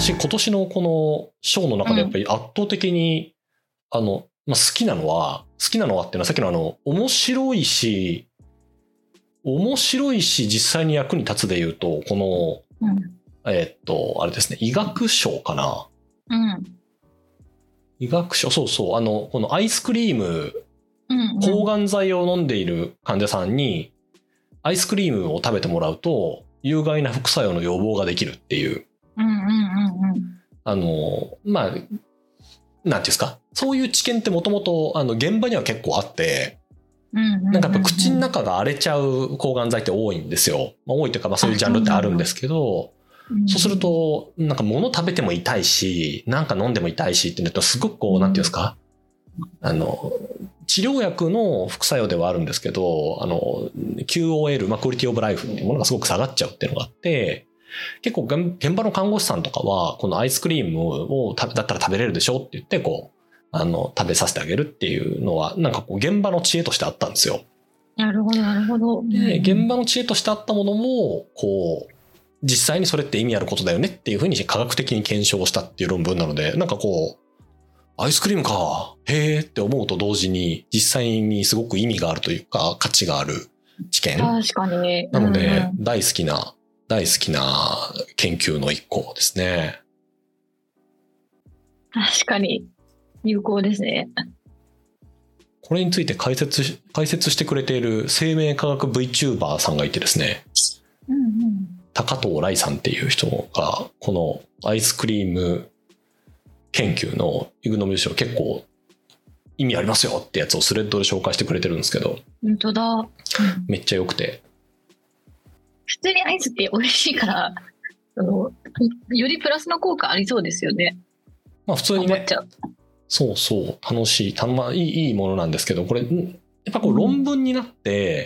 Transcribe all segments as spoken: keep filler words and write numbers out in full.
私今年のこのショーの中でやっぱり圧倒的に、うん、あの、まあ、好きなのは、好きなのはっていうのはさっきのあの、面白いし、面白いし実際に役に立つで言うと、この、うん、えー、っと、あれですね、医学賞かな。 うん。 医学賞、そうそう、あの、このアイスクリーム、うんうん、抗がん剤を飲んでいる患者さんに、アイスクリームを食べてもらうと、有害な副作用の予防ができるっていう。 うんうんうんうん。 あの、まあ、なんていうんですか、そういう知見ってもともと、あの、現場には結構あって、なんかやっぱ口の中が荒れちゃう抗がん剤って多いんですよ。まあ、多いというか、まあそういうジャンルってあるんですけど、そうすると、なんか物食べても痛いし、なんか飲んでも痛いしっていうと、すごくこう、なんていうんですか、あの、治療薬の副作用ではあるんですけど、あの、キューオーエル、まあ、クオリティオブライフっていうものがすごく下がっちゃうっていうのがあって、結構現場の看護師さんとかは、このアイスクリームをだったら食べれるでしょって言って、こう、あの、食べさせてあげるっていうのは、なんかこう、現場の知恵としてあったんですよ。 なるほど、なるほど。 で、現場の知恵としてあったものも、こう、実際にそれって意味あることだよねっていうふうに科学的に検証したっていう論文なので、なんかこう、アイスクリームか、へーって思うと同時に、実際にすごく意味があるというか、価値がある知見。 確かに。 なので、大好きな、大好きな研究の一個ですね。 確かに、有効ですね。 これについて解説、解説してくれている生命科学 VTuber さんがいてですね。 うんうん、 高藤来さんっていう人が、このアイスクリーム研究のイグノーベル賞結構意味ありますよってやつをスレッドで紹介してくれてるんですけど、 本当だ、うん、 めっちゃ良くて、 普通にアイスって美味しいからあのよりプラスの効果ありそうですよね。 まあ普通にね、そうそう楽しいたまいいいいものなんですけど、これやっぱこう論文になって、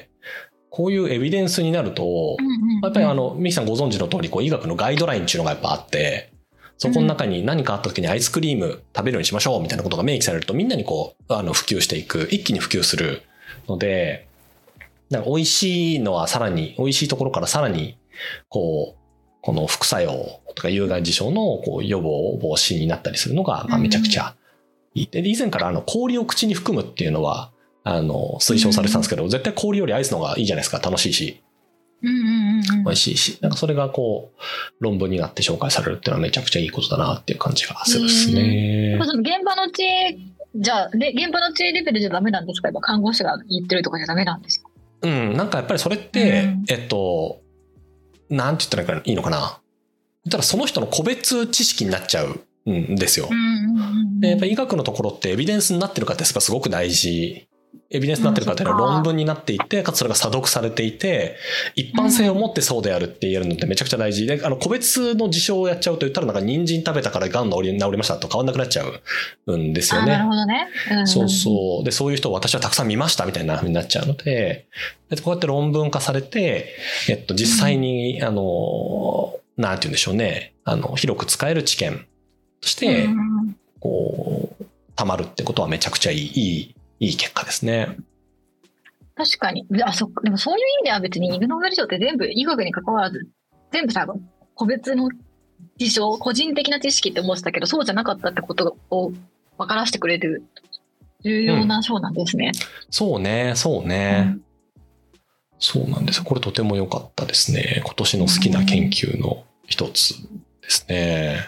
うん、こういうエビデンスになると、うんうんうん、やっぱりあのミキさんご存知の通り、こう医学のガイドラインっていうのがやっぱあって、そこの中に何かあった時にアイスクリーム食べるようにしましょうみたいなことが明記されると、みんなにこうあの普及していく、一気に普及するので、なんか美味しいのはさらに美味しいところからさらにこうこの副作用とか有害事象のこう予防防止になったりするのがまあめちゃくちゃいい。で以前からあの氷を口に含むっていうのはあの推奨されてたんですけど、絶対氷よりアイスの方がいいじゃないですか。楽しいし。うんうんうんうん、美味しいし、なんかそれがこう論文になって紹介されるっていうのはめちゃくちゃいいことだなっていう感じがするですね。 その現場の知恵じゃあ現場の知恵レベルじゃダメなんですか？やっぱ看護師が言ってるとかじゃダメなんですか？ うん、なんかやっぱりそれって、うん、えっとなんて言ったらいいのかな。ただその人の個別知識になっちゃうんですよ。うんうんうん、でやっぱり医学のところってエビデンスになってるかってすごく大事。エビデンスになってるかというのは論文になっていて、かつそれが査読されていて、一般性を持ってそうであるって言えるのってめちゃくちゃ大事で、あの個別の事象をやっちゃうと言ったらなんか人参食べたからがん治り、治りましたと変わんなくなっちゃうんですよね。 なるほどね。 うん、そうそう。で、そういう人を私はたくさん見ましたみたいな風になっちゃうので、こうやって論文化されて、えっと、実際に、うん、あの、なんて言うんでしょうね。あの、広く使える知見として、こう、溜まるってことはめちゃくちゃいい、いいいい結果ですね。 確かに。あ、そでもそういう意味では別にイグノーベル賞って全部医学に関わらず全部さ個別の事象、個人的な知識って思ってたけど、そうじゃなかったってことを分からせてくれる重要な賞なんですね。うん、 そうね、そうね、うん。そうなんです。これとても良かったですね。今年の好きな研究の一つですね。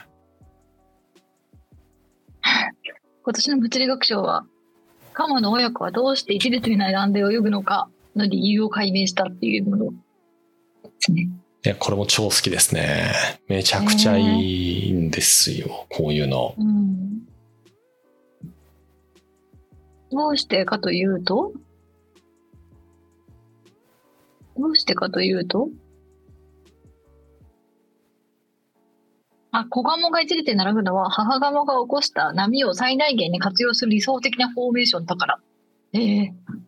今年の物理学賞は鴨の親子はどうして一列に並んで泳ぐのかの理由を解明したっていうものですね。 いや、これも超好きですね。めちゃくちゃいいんですよ、こういうの、うん。 どうしてかというとどうしてかというとあ、子ガモが一列に並ぶのは母ガモが起こした波を最大限に活用する理想的なフォーメーションだから。えー、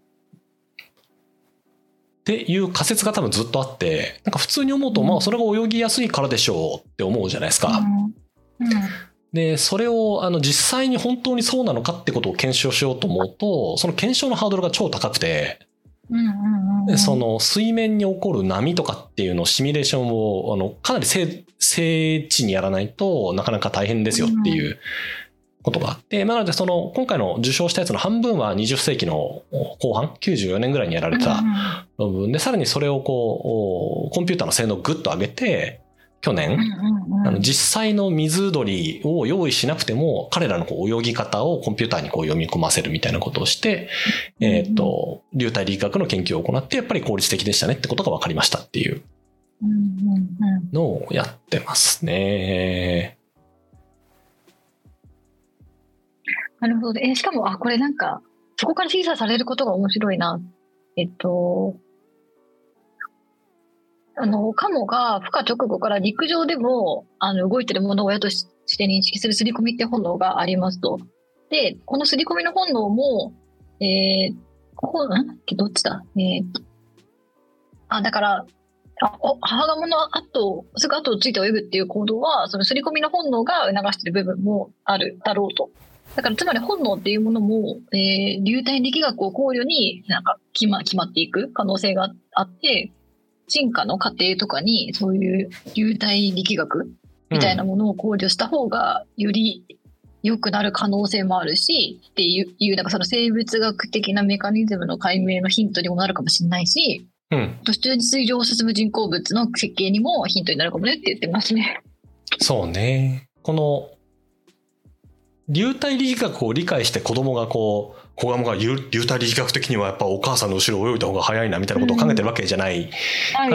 っていう仮説が多分ずっとあって、なんか普通に思うと、まあそれが泳ぎやすいからでしょうって思うじゃないですか。うんうん、で、それをあの実際に本当にそうなのかってことを検証しようと思うと、その検証のハードルが超高くて、 うんうんうん、 その水面に起こる波とかっていうのをシミュレーションをあのかなり精緻にやらないとなかなか大変ですよっていうことがあって、うん、なのでその今回の受賞したやつの半分はにじゅっせいきの後半きゅうじゅうよねんぐらいにやられた論文で、さらにそれをこうコンピューターの性能をグッと上げて去年、うんうんうん、あの実際の水鳥を用意しなくても彼らのこう泳ぎ方をコンピューターにこう読み込ませるみたいなことをして、うんうん、えっと、流体力学の研究を行ってやっぱり効率的でしたねってことが分かりましたっていうのをやってますね。 なるほど。えー、しかも、あ、これなんか、そこから審査されることが面白いな。えっと、あの、カモが孵化直後から陸上でも、あの、動いてるものを親として認識する刷り込みって本能がありますと。で、この刷り込みの本能も、えー、ここ、んどっちだえー、あ、だから、あ母ガモの後、すぐ後をついて泳ぐっていう行動は、その刷り込みの本能が促している部分もあるだろうと。だからつまり本能っていうものも、えー、流体力学を考慮になんか決ま、決まっていく可能性があって、進化の過程とかにそういう流体力学みたいなものを考慮した方がより良くなる可能性もあるし、っていう、なんかその生物学的なメカニズムの解明のヒントにもなるかもしれないし、うん、普通に水上を進む人工物の設計にもヒントになるかもねって言ってますね。 そうね。この流体力学を理解して子供がこう子供が流体力学的にはやっぱお母さんの後ろを泳いだ方が早いなみたいなことを考えてるわけじゃないから、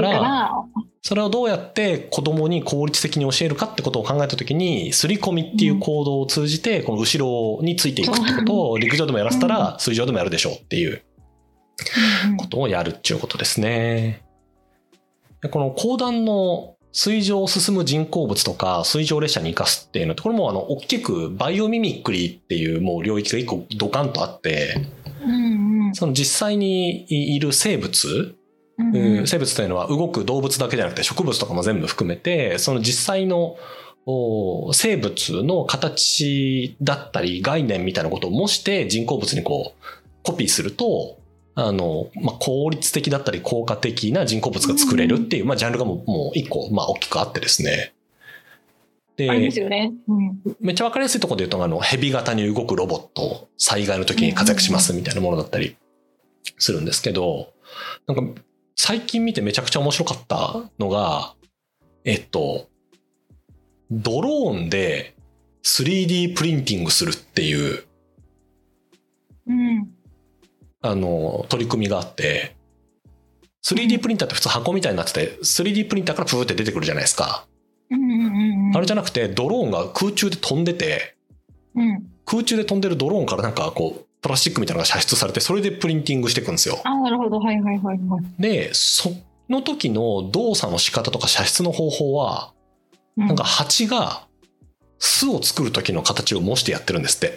うん、それをどうやって子供に効率的に教えるかってことを考えたときに刷り込みっていう行動を通じてこの後ろについていくってことを陸上でもやらせたら水上でもやるでしょうっていうことをやるっていうことですね。でこの公団の水上を進む人工物とか水上列車に生かすっていうのってこれもあの大きくバイオミミクリーっていうもう領域が一個ドカンとあって、うんうん、その実際にいる生物、うんうん、生物というのは動く動物だけじゃなくて植物とかも全部含めてその実際の生物の形だったり概念みたいなことを模して人工物にこうコピーするとあの、まあ、効率的だったり効果的な人工物が作れるっていう、まあ、ジャンルがもう、もう一個、まあ、大きくあってですね。 で、ありますよね。うん、 めっちゃわかりやすいところで言うと、あの、ヘビ型に動くロボット、災害の時に活躍しますみたいなものだったりするんですけど、なんか、最近見てめちゃくちゃ面白かったのが、えっと、ドローンで スリーディー プリンティングするっていう、うん。あの、取り組みがあって、スリーディー プリンターって普通箱みたいになってて、スリーディー プリンターからプーって出てくるじゃないですか。うんうんうん、あれじゃなくて、ドローンが空中で飛んでて、うん、空中で飛んでるドローンからなんかこう、プラスチックみたいなのが射出されて、それでプリンティングしていくんですよ。 あ、なるほど。はいはいはいはい。 で、その時の動作の仕方とか射出の方法は、うん、なんか蜂が巣を作る時の形を模してやってるんですって。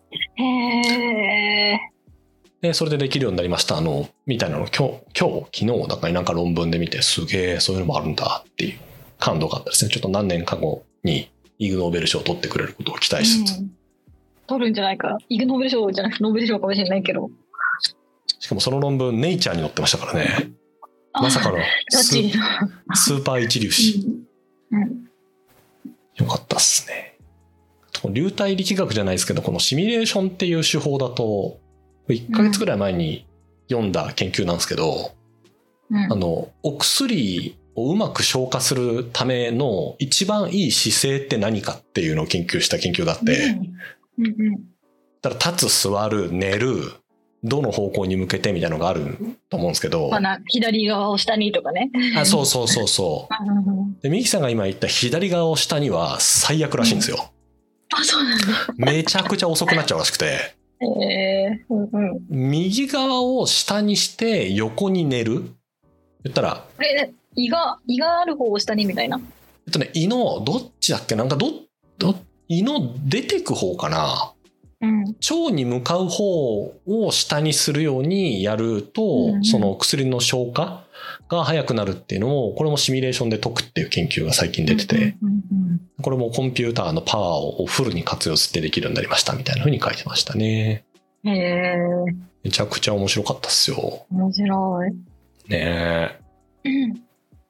へー。 で、それでできるようになりました。あの、みたいなのを今日、今日、昨日だからなんか論文で見て、すげえ、そういうのもあるんだっていう感動があったですね。ちょっと何年か後にイグ・ノーベル賞を取ってくれることを期待しつつ。うん、 取るんじゃないか。イグ・ノーベル賞じゃなくてノーベル賞かもしれないけど。 しかもその論文、ネイチャーに載ってましたからね。まさかのスー、スーパー一流誌。うんうん、よかったっすね。流体力学じゃないですけど、このシミュレーションっていう手法だと、いっかげつぐらい前に読んだ研究なんですけど、うん、あのお薬をうまく消化するための一番いい姿勢って何かっていうのを研究した研究があって、うんうんうん、だから立つ座る寝るどの方向に向けてみたいなのがあると思うんですけど、 まあ、左側を下にとかね。 あ、そうそうそうそうでミキさんが今言った左側を下には最悪らしいんですよ、 うん、あ、そうなんだ。 めちゃくちゃ遅くなっちゃうらしくてえーうんうん、 右側を下にして横に寝る言ったらえ胃が胃がある方を下にみたいなえっとね胃のどっちだっけなんかどど胃の出てく方かな、うん、腸に向かう方を下にするようにやると、うんうん、その薬の消化が早くなるっていうのをこれもシミュレーションで解くっていう研究が最近出てて、うんうんうん、これもコンピューターのパワーをフルに活用してできるようになりましたみたいな風に書いてましたね。 へえ。 めちゃくちゃ面白かったっすよ。 面白い。 ねえ。うん。ど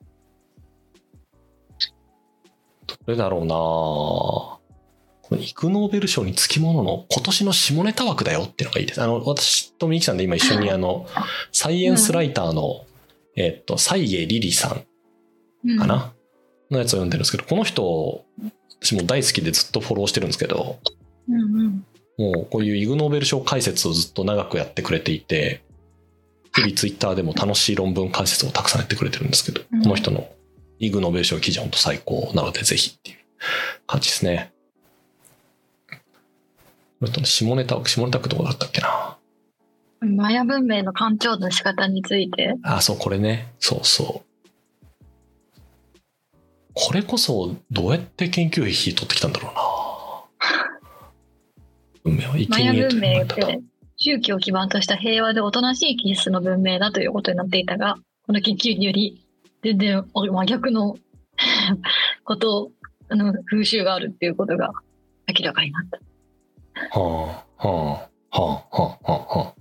れだろうな。このイグ・ノーベル賞につきものの今年の下ネタ枠だよっていうのがいいです。あの、私とミキさんで今一緒にあの、サイエンスライターの、うん、えっと、西芸リリさんかな、うん、のやつを読んでるんですけど、この人、私も大好きでずっとフォローしてるんですけど、 うんうん、 もうこういうイグ・ノーベル賞解説をずっと長くやってくれていて、日々ツイッターでも楽しい論文解説をたくさんやってくれてるんですけど、うん、この人のイグ・ノーベル賞記事は本当最高なのでぜひっていう感じですね。下ネタ、下ネタってどこだったっけな。 マヤ文明の干潮の仕方について。 あ、そう、これね。そうそう。これこそどうやって研究費取ってきたんだろうな。文明は生贄という文明って宗教を基盤とした平和でおとなしい気質の文明だということになっていたが、この研究により全然真逆のことあの風習があるっていうことが明らかになった。 はあはあはあはあはあ。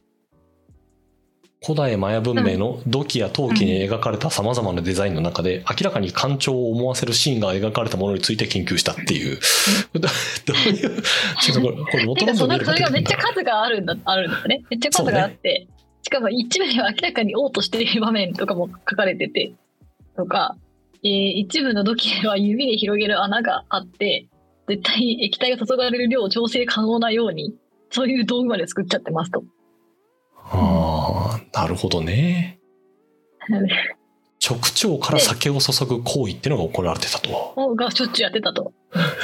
古代マヤ文明の土器や陶器に描かれたさまざまなデザインの中で明らかに干潮を思わせるシーンが描かれたものについて研究したっていうどういうちょっとこれこれ元々見るそれがめっちゃ数があるんだあるんだね。めっちゃ数があって、ね、しかも一部では明らかに嘔吐している場面とかも書かれててとか、えー、一部の土器では指で広げる穴があって絶対液体が注がれる量を調整可能なようにそういう道具まで作っちゃってますと。 ああ、なるほどね。直腸から酒を注ぐ行為っていうのが行われてたと。 がしょっちゅうやってたと。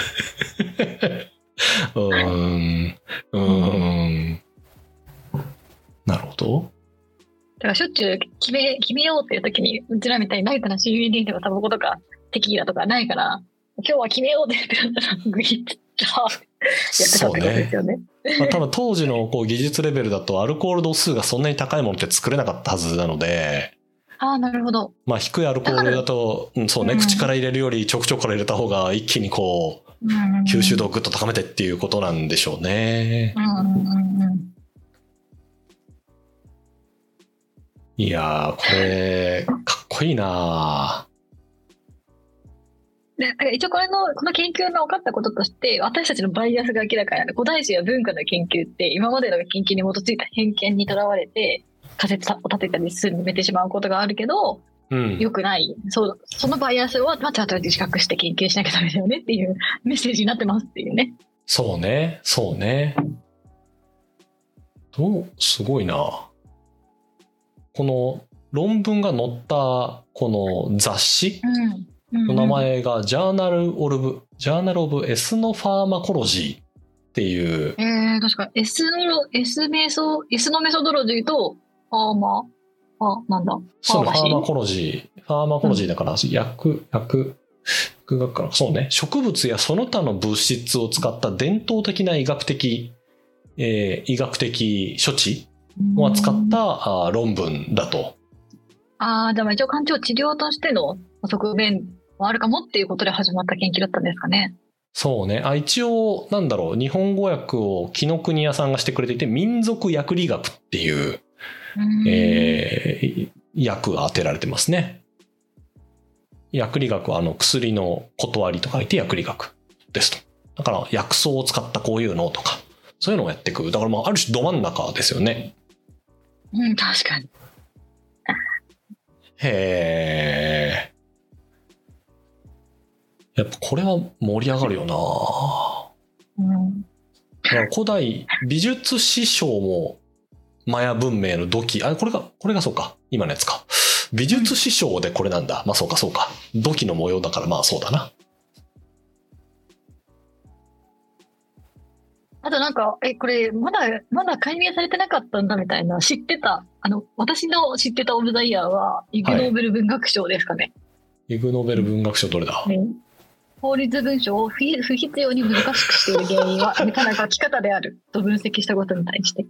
うーん、うーん。なるほど。 だからしょっちゅう決め決めようっていう時にうちらみたいにライトな シービーディー とかタバコとかテキーラとかないから、今日は決めようって言ってたらグイッとやってたってことですよね。 まあ、多分当時のこう技術レベルだとアルコール度数がそんなに高いものって作れなかったはずなので、 ああなるほど。 まあ低いアルコールだとだ、うん、そうね、うん、口から入れるより直腸から入れた方が一気にこう、うん、吸収度をぐっと高めてっていうことなんでしょうね。うんうんうん、いやーこれかっこいいな。 で一応これのこの研究の分かったこととして私たちのバイアスが明らかになる。古代史や文化の研究って今までの研究に基づいた偏見にとらわれて仮説を立てたり進めてしまうことがあるけど、うん、よくない。そう、そのバイアスを、まあ、ちゃんと自覚して研究しなきゃダメだよねっていうメッセージになってますっていうね。 そうね、そうね。どう、すごいな。この論文が載ったこの雑誌の名前がジャーナルオブジャーナルオブエスノファーマコロジーっていう。 えー、確かエスノエスメソエスノメソドロジーとファーマあなんだそうファーマコロジーファーマコロジーだから、うん、薬薬薬学からそうね植物やその他の物質を使った伝統的な医学的、えー、医学的処置を扱ったあ論文だと。 ああじゃあ一応患者治療としての側面もあるかもっていうことで始まった研究だったんですかね。 そうね。あ、一応、なんだろう、日本語訳を紀ノ国屋さんがしてくれていて、民族薬理学っていう、うえー、訳が当てられてますね。薬理学はあの薬の断りと書いて薬理学ですと。だから薬草を使ったこういうのとか、そういうのをやっていく。だからまあ、ある種ど真ん中ですよね。 うん、確かに。 へー。やっぱこれは盛り上がるよな、うん、古代美術史賞もマヤ文明の土器、あれこれがこれがそうか今のやつか美術史賞でこれなんだ、うん、まあそうかそうか土器の模様だからまあそうだな。 あとなんかえこれまだまだ解明されてなかったんだみたいな知ってたあの私の知ってたオブザイヤーはイグ・ノーベル文学賞ですかね、 はい、イグ・ノーベル文学賞どれだ、ね法律文書を不必要に難しくしている原因はただ書き方であると分析したことに対して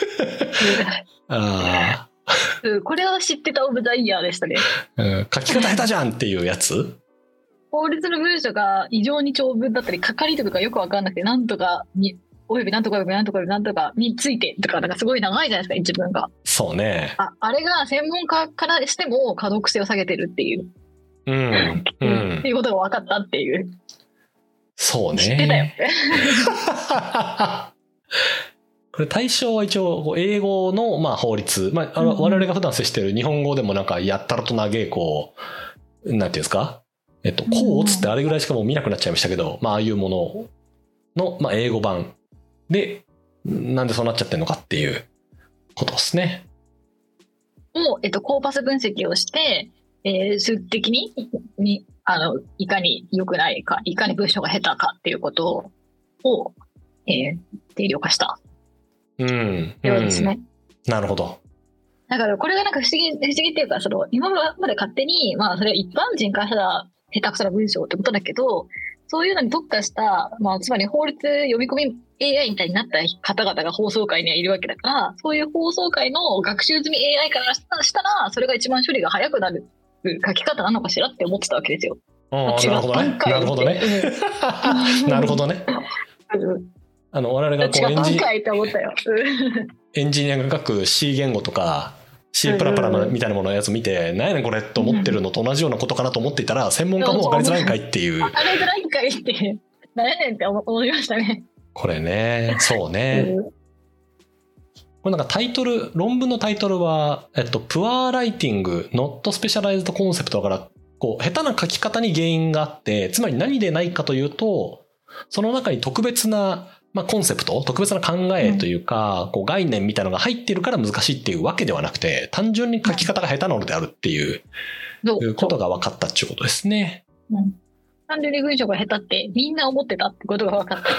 あこれを知ってたオブザイヤーでしたね、 うん、書き方下手じゃんっていうやつ法律の文書が異常に長文だったり書かりとかよく分かんなくてなんとかにおよびなんとかおよびなんとかおよびなんとかについてとか、なんかすごい長いじゃないですか、一文が。 そうね。 あ、あれが専門家からしても可読性を下げてるっていう。 うん。うん。 っていうことが分かったっていう。 そうね。 知ってたよ。 これ対象は一応英語のまあ法律、まあ、我々が普段接している日本語でもなんかやったらと長えこうなんていうんですか、えっとこうつってあれぐらいしかもう見なくなっちゃいましたけど、まあああいうもののまあ英語版でなんでそうなっちゃってるのかっていうことですね。 をえっとコーパス分析をして、えー、数的ににあのいかに良くないか、いかに文章が下手かっていうことを、えー、定量化した。 うん。 ようですね。 うん、なるほど。 だからこれがなんか不思議、不思議っていうか、その今まで勝手に、まあそれは一般人からしたら下手くそな文章ってことだけど、そういうのに特化した、まあつまり法律読み込み エーアイ みたいになった方々が放送会にはいるわけだから、そういう放送会の学習済み エーアイ からしたら、それが一番処理が早くなる書き方なのかしらって思ってたわけですよ。 ああ、なるほどね。なるほどね。なるほどね。あの我々がこうエンジエンジニアが書く C 言語とか C プラプラみたいなもののやつ見て、何やねんこれと思ってるのと同じようなことかなと思っていたら、専門家も分かりづらいんかいっていう。 分かりづらいんかいって何やねんって思いましたね。 これね、そうね。これなんかタイトル、論文のタイトルは、えっと、Poor Writing Not Specialized Concept だから、こう、下手な書き方に原因があって、つまり何でないかというと、その中に特別な、まあ、コンセプト、特別な考えというか、うん、こう概念みたいなのが入っているから難しいっていうわけではなくて、単純に書き方が下手なのであるっていう、うん、ことが分かったっていうことですね。 うん、単純に文章が下手ってみんな思ってたってことが分かったっていう。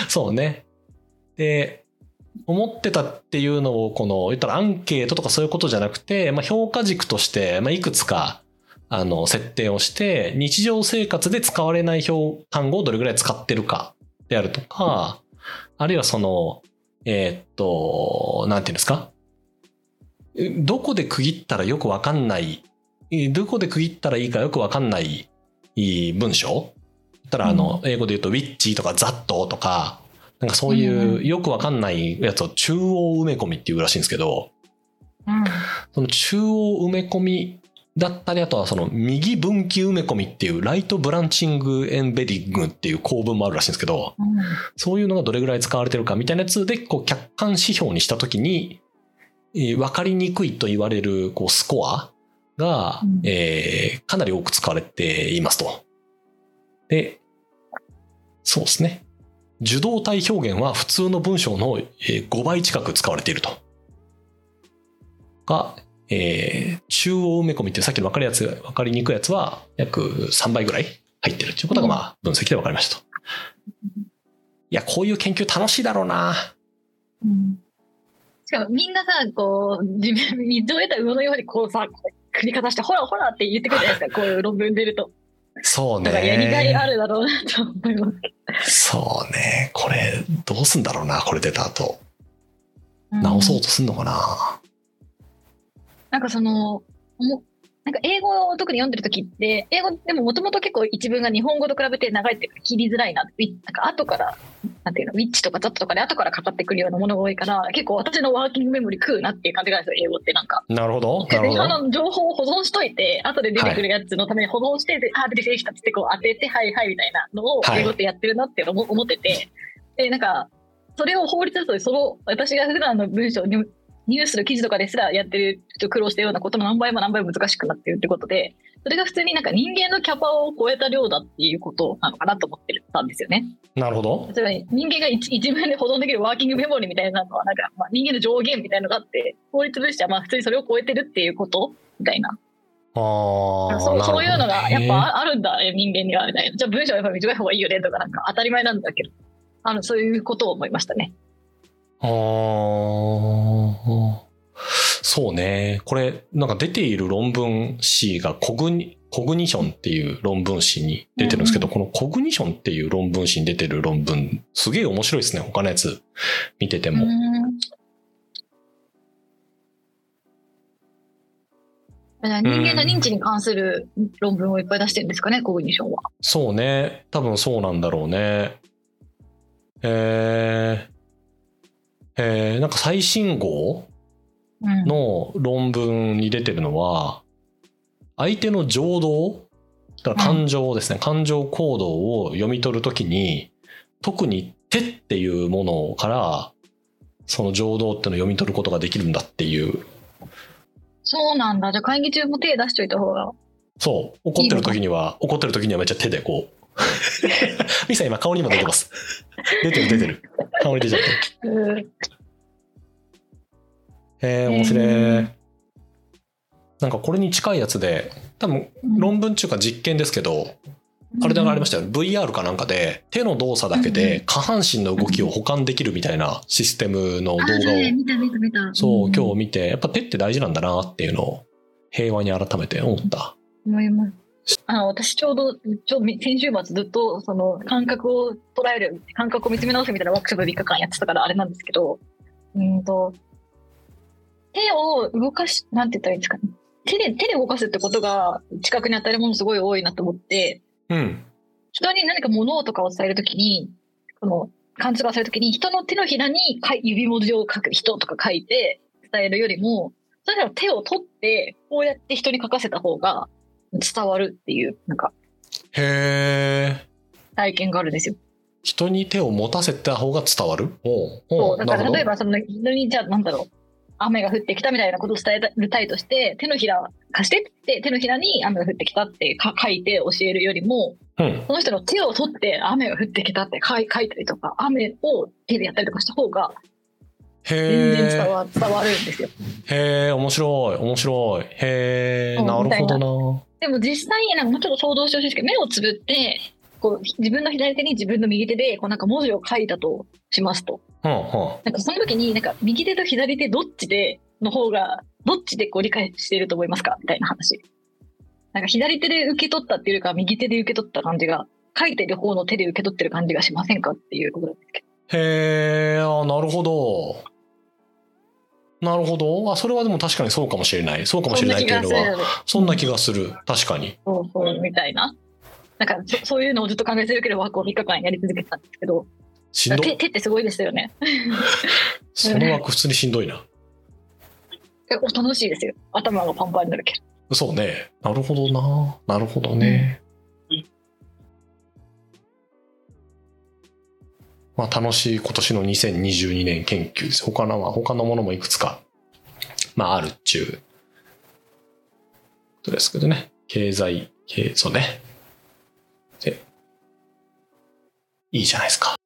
そうね。で、思ってたっていうのをこの言ったらアンケートとかそういうことじゃなくて、まあ、評価軸として、まあ、いくつかあの設定をして日常生活で使われない表単語をどれぐらい使ってるかであるとか、あるいはそのえー、っとなんていうんですか、どこで区切ったらよくわかんない、どこで区切ったらいいかよくわかんない文章だったら、あの英語で言うと which とか that とかなんかそういうよくわかんないやつを中央埋め込みっていうらしいんですけど、うん、その中央埋め込みだったり、あとはその右分岐埋め込みっていうライトブランチングエンベディングっていう構文もあるらしいんですけど、うん、そういうのがどれぐらい使われてるかみたいなやつでこう客観指標にしたときに、えー、分かりにくいと言われるこうスコアが、うん、えー、かなり多く使われていますと。で、そうですね。受動体表現は普通の文章のごばい近く使われていると。が、えー、中央埋め込みってさっきの分かりやつ、分かりにくいやつは約さんばいぐらい入ってるっていうことがまあ分析で分かりましたと。いや、こういう研究楽しいだろうな。 うん、しかもみんなさ、こう、自分にどうやったら魚のようにこうさ、繰り方してほらほらって言ってくるじゃないですか、こういう論文出ると。 そうね。 だからやりがいあるだろうなと思います。 そうね。これどうすんだろうな、これ出た後。直そうとすんのかな。うん、 なんかそのなんか英語を特に読んでる時って英語でももともと結構一文が日本語と比べて長いっていうか切りづらいな、なんか後からなんていうのウィッチとかザットとかで後からかかってくるようなものが多いから結構私のワーキングメモリ食うなっていう感じがあるんですよ、英語ってなんか。 なるほど。なるほど。 あの情報を保存しといて後で出てくるやつのために保存して、はい、あ出てきたってこう当ててはいはいみたいなのを英語ってやってるなって思ってて、はい、でなんかそれを法律だとその私が普段の文章にニュースの記事とかですらやってる人苦労してるようなことの何倍も何倍も難しくなってるってことで、それが普通になんか人間のキャパを超えた量だっていうことなのかなと思ってたんですよね。 なるほど。 つまり人間が 一, 一文で保存できるワーキングメモリみたいなのはなんかまあ人間の上限みたいなのがあって、法律分子はまあ普通にそれを超えてるっていうことみたいな。 ああ、 そう、そういうのがやっぱあるんだ人間にはみたいな。じゃあ文章はやっぱ短い方がいいよねとかなんか当たり前なんだけど、あのそういうことを思いましたね。 ああ。そうね。これなんか出ている論文誌がコグニ、コグニションっていう論文誌に出てるんですけど、うんうん、このコグニションっていう論文誌に出てる論文すげえ面白いですね。他のやつ見てても。 うん人間の認知に関する論文をいっぱい出してるんですかね、コグニションは。 そうね。多分そうなんだろうね。 へえ。へえ、なんか最新号の論文に出てるのは、相手の情動、だから感情ですね、うん、感情行動を読み取るときに、特に手っていうものからその情動っていうのを読み取ることができるんだっていう。 そうなんだ。じゃあ会議中も手出しといた方が。 そう、怒ってる時には怒ってる時にはめっちゃ手でこうミキさん今顔にも出てます。出てる出てる、顔に出ちゃってる。へえ、面白い。なんかこれに近いやつで、多分論文中か実験ですけど、うん、あれでありましたよ、ブイアール かなんかで手の動作だけで下半身の動きを補完できるみたいなシステムの動画を、 見た見た見た。 そう、今日見て、やっぱ手って大事なんだなっていうのを平和に改めて思った。 思います。あの私ちょうどちょ先週末ずっとその感覚を捉える、感覚を見つめ直すみたいなワークショップみっかかんやってたからあれなんですけど、うんと手を動かし、なんて言ったらいいんですかね。手で、手で動かすってことが近くに当たるものすごい多いなと思って、 うん、 人に何か物とかを伝えるときに、この感情がするときに人の手のひらに指文字を書く、人とか書いて伝えるよりも、それら手を取ってこうやって人に書かせた方が伝わるっていう、なんかへー体験があるんですよ。 人に手を持たせた方が伝わる。 おうそうだから例えばその人にじゃあなんだろう、雨が降ってきたみたいなことを伝えたいとして、手のひら貸してって手のひらに雨が降ってきたって書いて教えるよりも、うん、その人の手を取って雨が降ってきたって書いたりとか、雨を手でやったりとかした方が全然伝わ、伝わるんですよ。 へえ、面白い面白い。へえ、なるほどな。 でも実際なんかもうちょっと想像してほしいですけど、目をつぶってこう自分の左手に自分の右手でこうなんか文字を書いたとしますと、 うんうん、 なんかその時になんか右手と左手どっちでの方がどっちでこう理解していると思いますかみたいな話。なんか左手で受け取ったっていうよりか右手で受け取った感じが、書いてる方の手で受け取ってる感じがしませんかっていうことなんですけど。へー、あ、なるほどなるほど。あ、それはでも確かにそうかもしれない。そうかもしれないっていうのはそんな気がする。確かに。 そうそうみたいな。なんか そ, そういうのをずっと考え続けるワークをみっかかんやり続けてたんですけど。 しんど。 手, 手ってすごいですよね。 そのワーク普通にしんどいな。 楽しいですよ。頭がパンパンになるけど。 そうね。なるほどな。なるほどね。うん、まあ楽しい今年のにせんにじゅうにねん研究です。他のは他のものもいくつかまああるっちゅうことですけどね。経済経そうね。でいいじゃないですか。